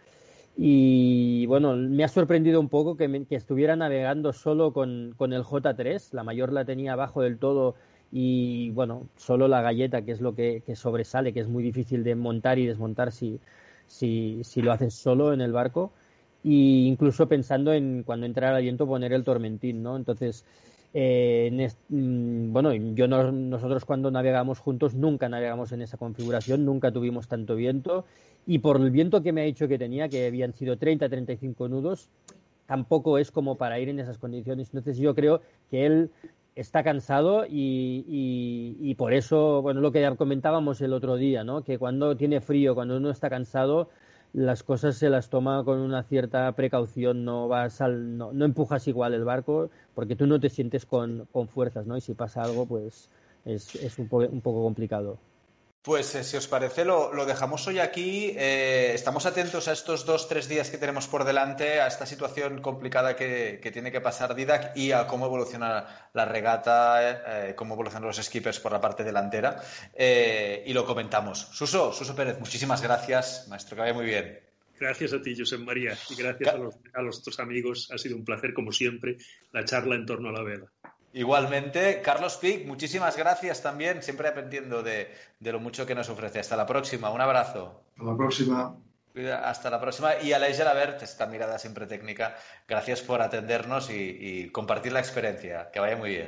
Y bueno, me ha sorprendido un poco que, me, que estuviera navegando solo con, con el J tres, la mayor la tenía abajo del todo y bueno, solo la galleta, que es lo que, que sobresale, que es muy difícil de montar y desmontar si, si, si lo haces solo en el barco, e incluso pensando en cuando entrara el viento poner el tormentín, ¿no? Entonces, eh, en este, bueno, yo no, nosotros cuando navegamos juntos nunca navegamos en esa configuración, nunca tuvimos tanto viento. Y por el viento que me ha dicho que tenía, que habían sido treinta a treinta y cinco nudos, tampoco es como para ir en esas condiciones. Entonces yo creo que él está cansado y, y, y por eso, bueno, lo que comentábamos el otro día, ¿no?, que cuando tiene frío, cuando uno está cansado, las cosas se las toma con una cierta precaución, no vas al, no, no empujas igual el barco porque tú no te sientes con, con fuerzas, ¿no? Y si pasa algo, pues es, es un, po un poco complicado. Pues eh, si os parece lo, lo dejamos hoy aquí. Eh, estamos atentos a estos dos, tres días que tenemos por delante, a esta situación complicada que, que tiene que pasar Didac y a cómo evoluciona la regata, eh, cómo evolucionan los skippers por la parte delantera. Eh, y lo comentamos. Suso, Suso Pérez, muchísimas gracias, maestro, que vaya muy bien. Gracias a ti, Josep María, y gracias a los, a los otros amigos. Ha sido un placer, como siempre, la charla en torno a la vela. Igualmente, Carlos Pic, muchísimas gracias también, siempre aprendiendo de, de lo mucho que nos ofrece. Hasta la próxima, un abrazo. Hasta la próxima. Hasta la próxima. Y Aleix Gelabert, esta mirada siempre técnica, gracias por atendernos y, y compartir la experiencia. Que vaya muy bien.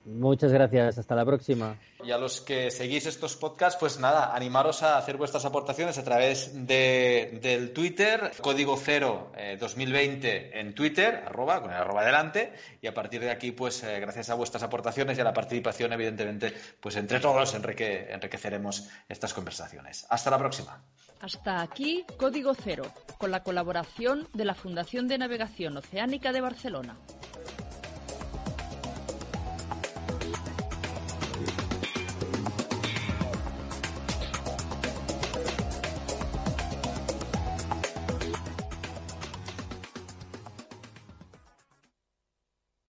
Muchas gracias, hasta la próxima. Y a los que seguís estos podcasts, pues nada, animaros a hacer vuestras aportaciones a través de, del Twitter, Código Cero eh, dos mil veinte en Twitter, arroba, con el arroba delante, y a partir de aquí, pues eh, gracias a vuestras aportaciones y a la participación, evidentemente, pues entre todos enrique, enriqueceremos estas conversaciones. Hasta la próxima. Hasta aquí Código Cero, con la colaboración de la Fundación de Navegación Oceánica de Barcelona.